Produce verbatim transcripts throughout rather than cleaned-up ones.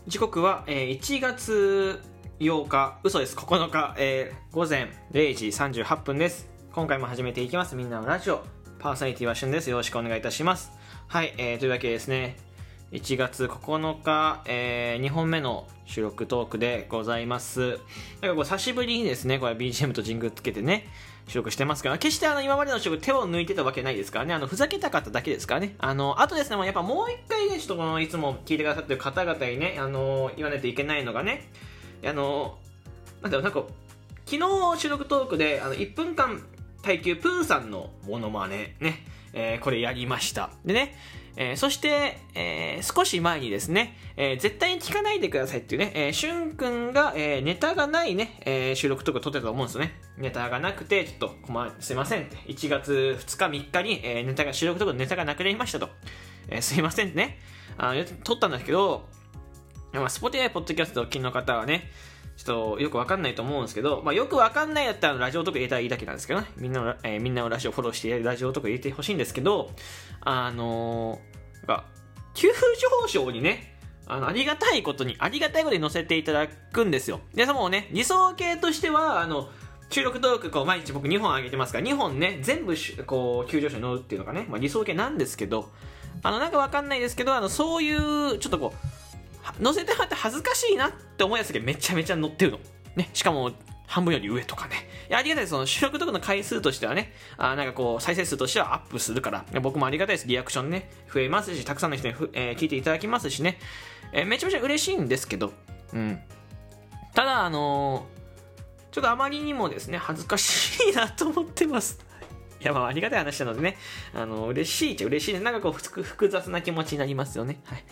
時刻は、えー、いちがつようか、嘘です、ここのか、えー、ごぜんれいじさんじゅうはっぷんです。今回も始めていきます、みんなのラジオ。パーソナリティはしゅんです。よろしくお願いいたします。はい、えー、というわけでですね、いちがつここのか、えー、にほんめの収録トークでございます。なんかこう久しぶりにですね、これ ビージーエム とジングルつけてね、収録してますけど、決してあの今までの収録手を抜いてたわけないですからね、あのふざけたかっただけですからね。あのあとですね、もうやっぱもう一回ね、ちょっとこのいつも聞いてくださってる方々にね、あの言わないといけないのがね、あのなんだろう、なんか昨日収録トークであのいっぷんかん耐久プーさんのモノマネね、えー、これやりましたでね、えー、そして、えー、少し前にですね、えー、絶対に聞かないでくださいっていうね、えー、しゅんくんが、えー、ネタがないね、えー、収録とか撮ってたと思うんですよね。ネタがなくてちょっと困すいませんって、いちがつふつかみっかに、えー、ネタが収録とかネタがなくなりましたと、えー、すいませんってね、あの撮ったんですけど、Spotify ポッドキャストをお聞きの方はね、ちょっとよくわかんないと思うんですけど、まあ、よくわかんないだったらラジオとか入れたらいいだけなんですけどね、みんなの、えー、みんなのラジオフォローしてラジオとか入れてほしいんですけど、あのー、なんか急上昇にね、あのありがたいことにありがたいことに載せていただくんですよ。でそのね、理想形としてはあの収録トークこう毎日僕にほん上げてますからにほんね全部こう急上昇に乗るっていうのがね、まあ、理想形なんですけど、あのなんかわかんないですけど、あのそういうちょっとこう載せてもらって恥ずかしいなって思うやつがめちゃめちゃ載ってるの、ね、しかも半分より上とかね。いやありがたいです。その収録とかの回数としてはね、あなんかこう再生数としてはアップするから、僕もありがたいです。リアクションね増えますし、たくさんの人に、えー、聞いていただきますしね、えー、めちゃめちゃ嬉しいんですけど、うんただあのー、ちょっとあまりにもですね恥ずかしいなと思ってます。いやまあありがたい話なのでね、あの嬉しいっちゃ嬉しいね。なんかこう複雑な気持ちになりますよね。はい。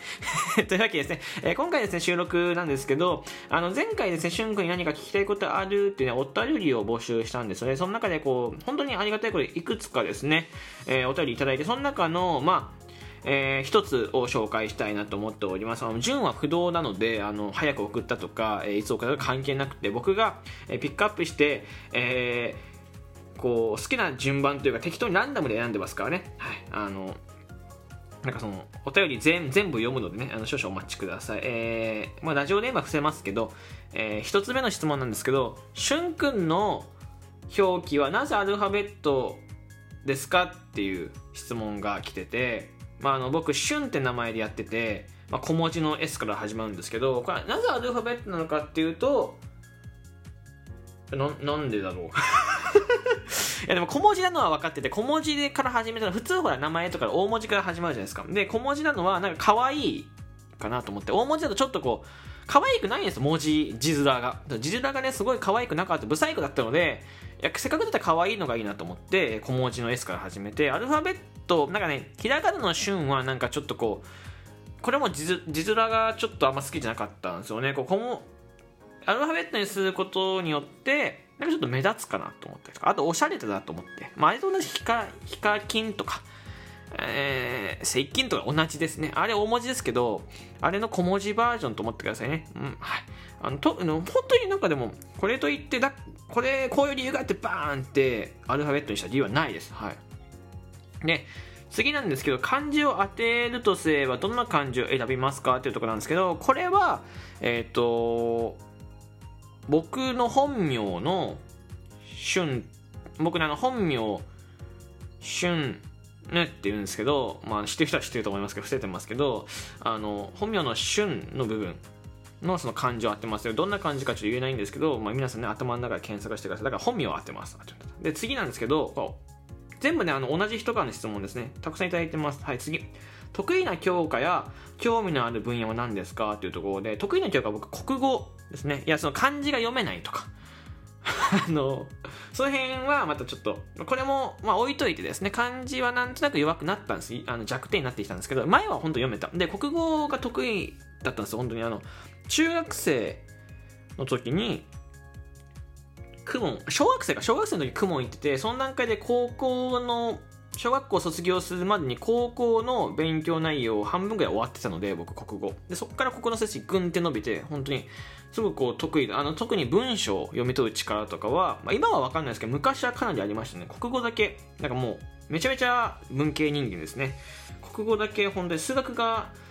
というわけでですね、えー、今回ですね収録なんですけど、あの前回ですねしゅんくんに何か聞きたいことあるっていうねお便りを募集したんですよね。その中でこう本当にありがたいこといくつかですね、えー、お便りいただいて、その中のまあ。えー、一つを紹介したいなと思っております。あの順は不動なので、あの早く送ったとか、えー、いつ送ったとか関係なくて、僕が、えー、ピックアップして、えーこう好きな順番というか適当にランダムで選んでますからね。はい、あのなんかそのお便り 全, 全部読むのでね、あの少々お待ちください。えーまあ、ラジオネームは伏せますけど、えー、一つ目の質問なんですけど、しゅんくんの表記はなぜアルファベットですかっていう質問が来てて、まあ、あの僕しゅんって名前でやってて、まあ、小文字の S から始まるんですけど、これなぜアルファベットなのかっていうと、な, なんでだろういやでも小文字なのは分かってて、小文字から始めたら普通ほら名前とか大文字から始まるじゃないですか。で小文字なのはなんか可愛いかなと思って、大文字だとちょっとこう可愛くないんですよ、文字字面が字面がねすごい可愛くなかった、不細工だったので、いやせっかくだったら可愛いのがいいなと思って小文字の S から始めて、アルファベットなんかねひらがなの旬はなんかちょっとこうこれも字面がちょっとあんま好きじゃなかったんですよね。こうこもアルファベットにすることによってなんかちょっと目立つかなと思ったりとか、あとおしゃれだなと思って、まあ、あれと同じヒカヒカキンとか、えー、セイキンとか同じですね。あれ大文字ですけど、あれの小文字バージョンと思ってくださいね。うん、はい。あのと本当になんかでもこれといってだこれこういう理由があってバーンってアルファベットにした理由はないです。はい。で次なんですけど、漢字を当てるとすればどんな漢字を選びますかっていうところなんですけど、これはえっ、ー、と僕の本名の俊、僕のあの本名俊ねって言うんですけど、まあ知ってる人は知ってると思いますけど伏せてますけど、あの本名の俊の部分のその漢字を当てますよ。どんな漢字かちょっと言えないんですけど、まあ、皆さんね頭の中で検索してください。だから本名を当てます。で次なんですけど、全部ねあの同じ人からの質問ですね。たくさんいただいてます。はい、次。得意な教科や興味のある分野は何ですかっていうところで、得意な教科は僕国語ですね。いやその漢字が読めないとかあのその辺はまたちょっとこれもまあ置いといてですね、漢字はなんとなく弱くなったんです。あの弱点になってきたんですけど、前は本当読めた。で国語が得意だったんですよ。本当にあの中学生の時に公文、小学生か小学生の時公文行ってて、その段階で高校の小学校卒業するまでに高校の勉強内容半分ぐらい終わってたので、僕国語でそこから国語の成績グンって伸びて、本当にすごくこう得意、あの特に文章を読み取る力とかは、まあ、今は分かんないですけど昔はかなりありましたね。国語だけなんかもうめちゃめちゃ文系人間ですね。国語だけ本当に数学が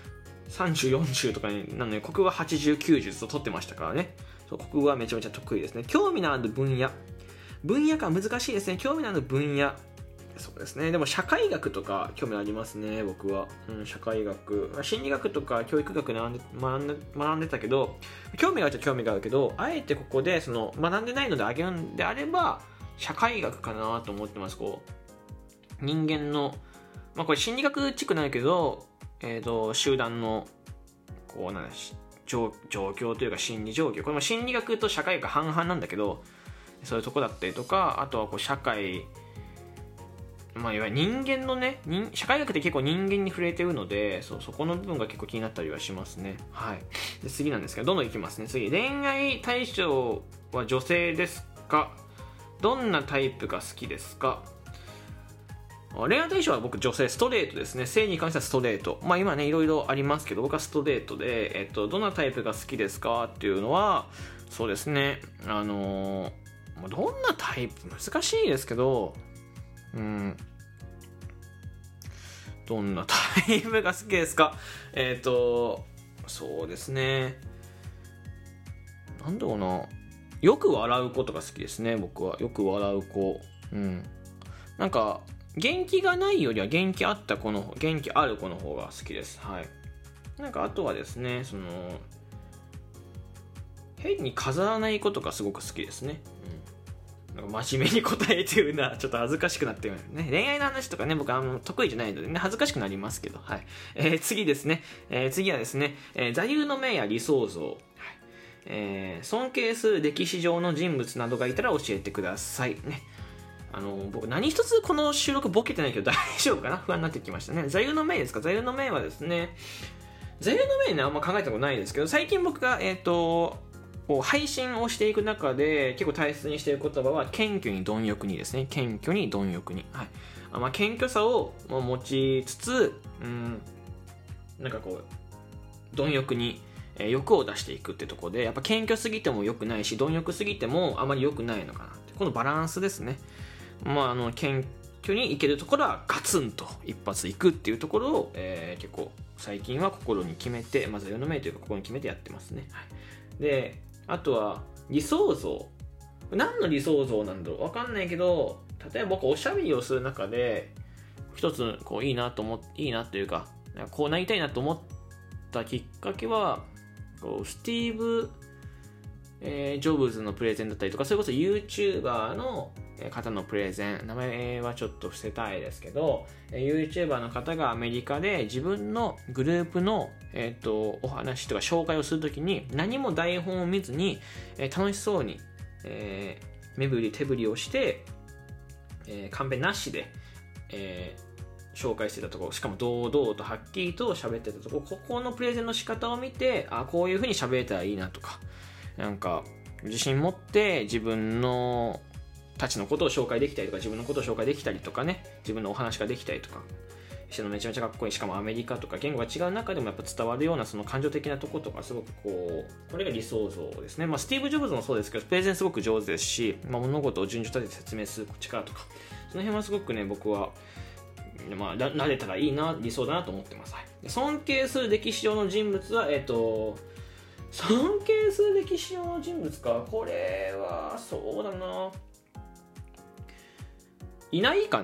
さんじゅう、よんじゅうとかになので、国語ははちじゅう、きゅうじゅうと取ってましたからね。そう、国語はめちゃめちゃ得意ですね。興味のある分野。分野か難しいですね。興味のある分野。そうですね。でも社会学とか興味ありますね、僕は。うん、社会学。心理学とか教育学学んで学んで学んでたけど、興味があるっちゃ興味があるけど、あえてここでその学んでないのであげるんであれば、社会学かなと思ってます。こう、人間の、まあこれ心理学チックなんだけど、えっと、集団の、こう、なんだし、状況というか心理状況。これも心理学と社会学半々なんだけど、そういうとこだったりとか、あとはこう社会、まあ、いわゆる人間のね、社会学って結構人間に触れてるので、そう、そこの部分が結構気になったりはしますね。はい。で、次なんですけど、どんどんいきますね。次、恋愛対象は女性ですか？どんなタイプが好きですか？恋愛対象は僕女性、ストレートですね。性に関してはストレート。まあ今ね、いろいろありますけど、僕はストレートで、えっと、どんなタイプが好きですかっていうのは、そうですね、あのー、どんなタイプ難しいですけど、うん、どんなタイプが好きですか？えっとそうですね、なんだろうな、よく笑うことが好きですね。僕はよく笑う子。うん、なんか元気がないよりは元気あった子の元気ある子の方が好きです。はい。なんかあとはですね、その変に飾らないことがすごく好きですね。うん、なんか真面目に答えてるな、ちょっと恥ずかしくなってるね。恋愛の話とかね、僕はあの得意じゃないのでね、恥ずかしくなりますけど、はい。えー、次ですね、えー、次はですね、えー、座右の銘や理想像、はい、えー、尊敬する歴史上の人物などがいたら教えてくださいね。あの僕何一つこの収録ボケてないけど大丈夫かな、不安になってきましたね。座右の銘ですか？座右の銘はですね、座右の銘ね、あんま考えたことないですけど、最近僕がえっ、ー、とこう配信をしていく中で結構大切にしている言葉は、謙虚に貪欲にですね。謙虚に貪欲に、はい。あ、まあ、謙虚さを持ちつつ、うん、なんかこう貪欲に欲を出していくってところで、やっぱ謙虚すぎても良くないし、貪欲すぎてもあまり良くないのかなって、このバランスですね。まあ、あの謙虚にいけるところはガツンと一発いくっていうところを、えー、結構最近は心に決めて、まず座右の銘というか心に決めてやってますね。はい、で、あとは理想像。何の理想像なんだろう分かんないけど、例えば僕おしゃべりをする中で一つこういいなと思っいいなというか、こうなりたいなと思ったきっかけは、こうスティーブ、えー、ジョブズのプレゼンだったりとか、それこそ YouTuber の方のプレゼン、名前はちょっと伏せたいですけど、 YouTuber の方がアメリカで自分のグループの、えー、とお話とか紹介をするときに、何も台本を見ずに、えー、楽しそうに、えー、目振り手振りをして、えー、カンペなしで、えー、紹介してたところ、しかも堂々とはっきりと喋ってたところ、ここのプレゼンの仕方を見て、あ、こういう風に喋れたらいいなとか、なんか自信持って自分のたちのことを紹介できたりとか、自分のことを紹介できたりとかね、自分のお話ができたりとかしてのめちゃめちゃかっこいい。しかもアメリカとか言語が違う中でもやっぱ伝わるようなその感情的なところとか、すごくこう、これが理想像ですね。まあスティーブ・ジョブズもそうですけど、プレゼンすごく上手ですし、まあ、物事を順序立てて説明する力とか、その辺はすごくね、僕はまあ慣れたらいいな、理想だなと思ってます。はい、尊敬する歴史上の人物は、えっと尊敬する歴史上の人物か、これはそうだな、いないか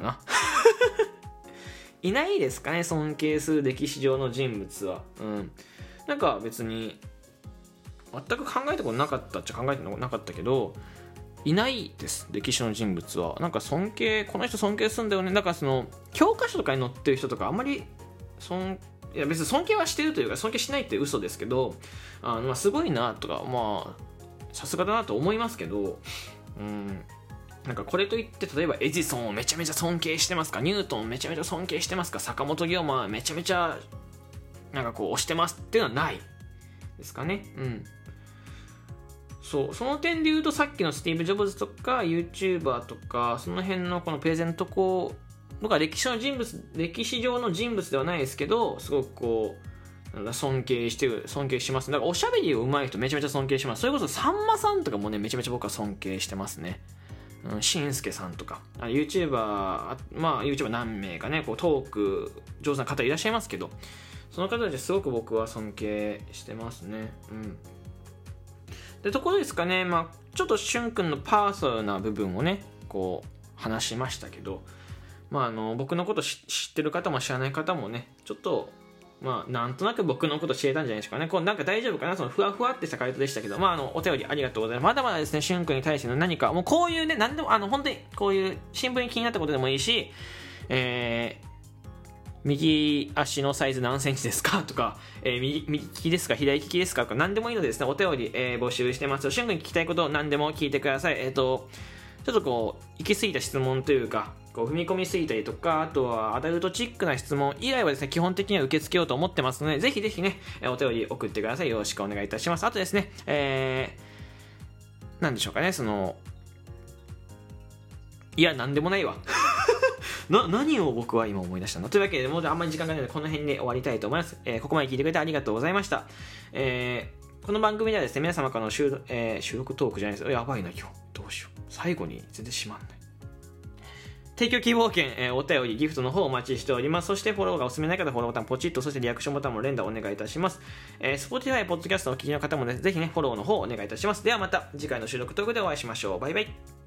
ないないですかね、尊敬する歴史上の人物は。うん。なんか別に全く考えたことなかったっちゃ考えたことなかったけど、いないです、歴史の人物は。なんか尊敬、この人尊敬するんだよね。だからその教科書とかに載ってる人とかあんまり尊いや別に尊敬はしてるというか、尊敬しないって嘘ですけど、あのまあすごいなとか、まあさすがだなと思いますけど、うん。なんかこれといって例えばエジソンをめちゃめちゃ尊敬してますか、ニュートンをめちゃめちゃ尊敬してますか、坂本龍馬はめちゃめちゃなんかこう推してますっていうのはないですかね。うん。そう、その点で言うと、さっきのスティーブ・ジョブズとか YouTuber とかその辺のこのプレゼントこうのが歴史の人物、歴史上の人物ではないですけど、すごくこうなんだ尊敬してる尊敬します。だからおしゃべりを上手い人めちゃめちゃ尊敬します。それこそさんまさんとかもね、めちゃめちゃ僕は尊敬してますね。うん、しんすけさんとか YouTuber、まあ YouTuber 何名かね、こうトーク上手な方いらっしゃいますけど、 その方たちすごく僕は尊敬してますね。うんでところですかね、まあ、ちょっとしゅんくんのパーソナルな部分をねこう話しましたけど、まあ、あの僕のこと知ってる方も知らない方もねちょっとまあなんとなく僕のこと知れたんじゃないですかね。こうなんか大丈夫かな、そのふわふわってした回答でしたけど、まあ、あのお便りありがとうございます。まだまだですねしゅんくんに対しての何かもうこういうね何でもあの本当にこういう新聞に気になったことでもいいし、えー右足のサイズ何センチですかとか、えー、右, 右利きですか左利きですかとか何でもいいのでですねお便り、えー、募集してます。しゅんくんに聞きたいことを何でも聞いてください。えっ、ー、とちょっとこう行き過ぎた質問というかこう踏み込みすぎたりとか、あとはアダルトチックな質問以外はですね基本的には受け付けようと思ってますので、ぜひぜひねお便り送ってください。よろしくお願いいたします。あとですね、えー、なんでしょうかね、そのいやなんでもないわな何を僕は今思い出したのというわけでもうあんまり時間がないのでこの辺で終わりたいと思います。えー、ここまで聞いてくれてありがとうございました。えー、この番組ではですね皆様からの収録、えー、収録トークじゃないですやばいな今日どうしよう最後に全然閉まんない提供希望券、えー、お便りギフトの方お待ちしております。そしてフォローがおすすめない方フォローボタンポチッと、そしてリアクションボタンも連打お願いいたします。えー、Spotify ポッドキャストをお聞きの方も、ね、ぜひねフォローの方お願いいたします。ではまた次回の収録トークでお会いしましょう。バイバイ。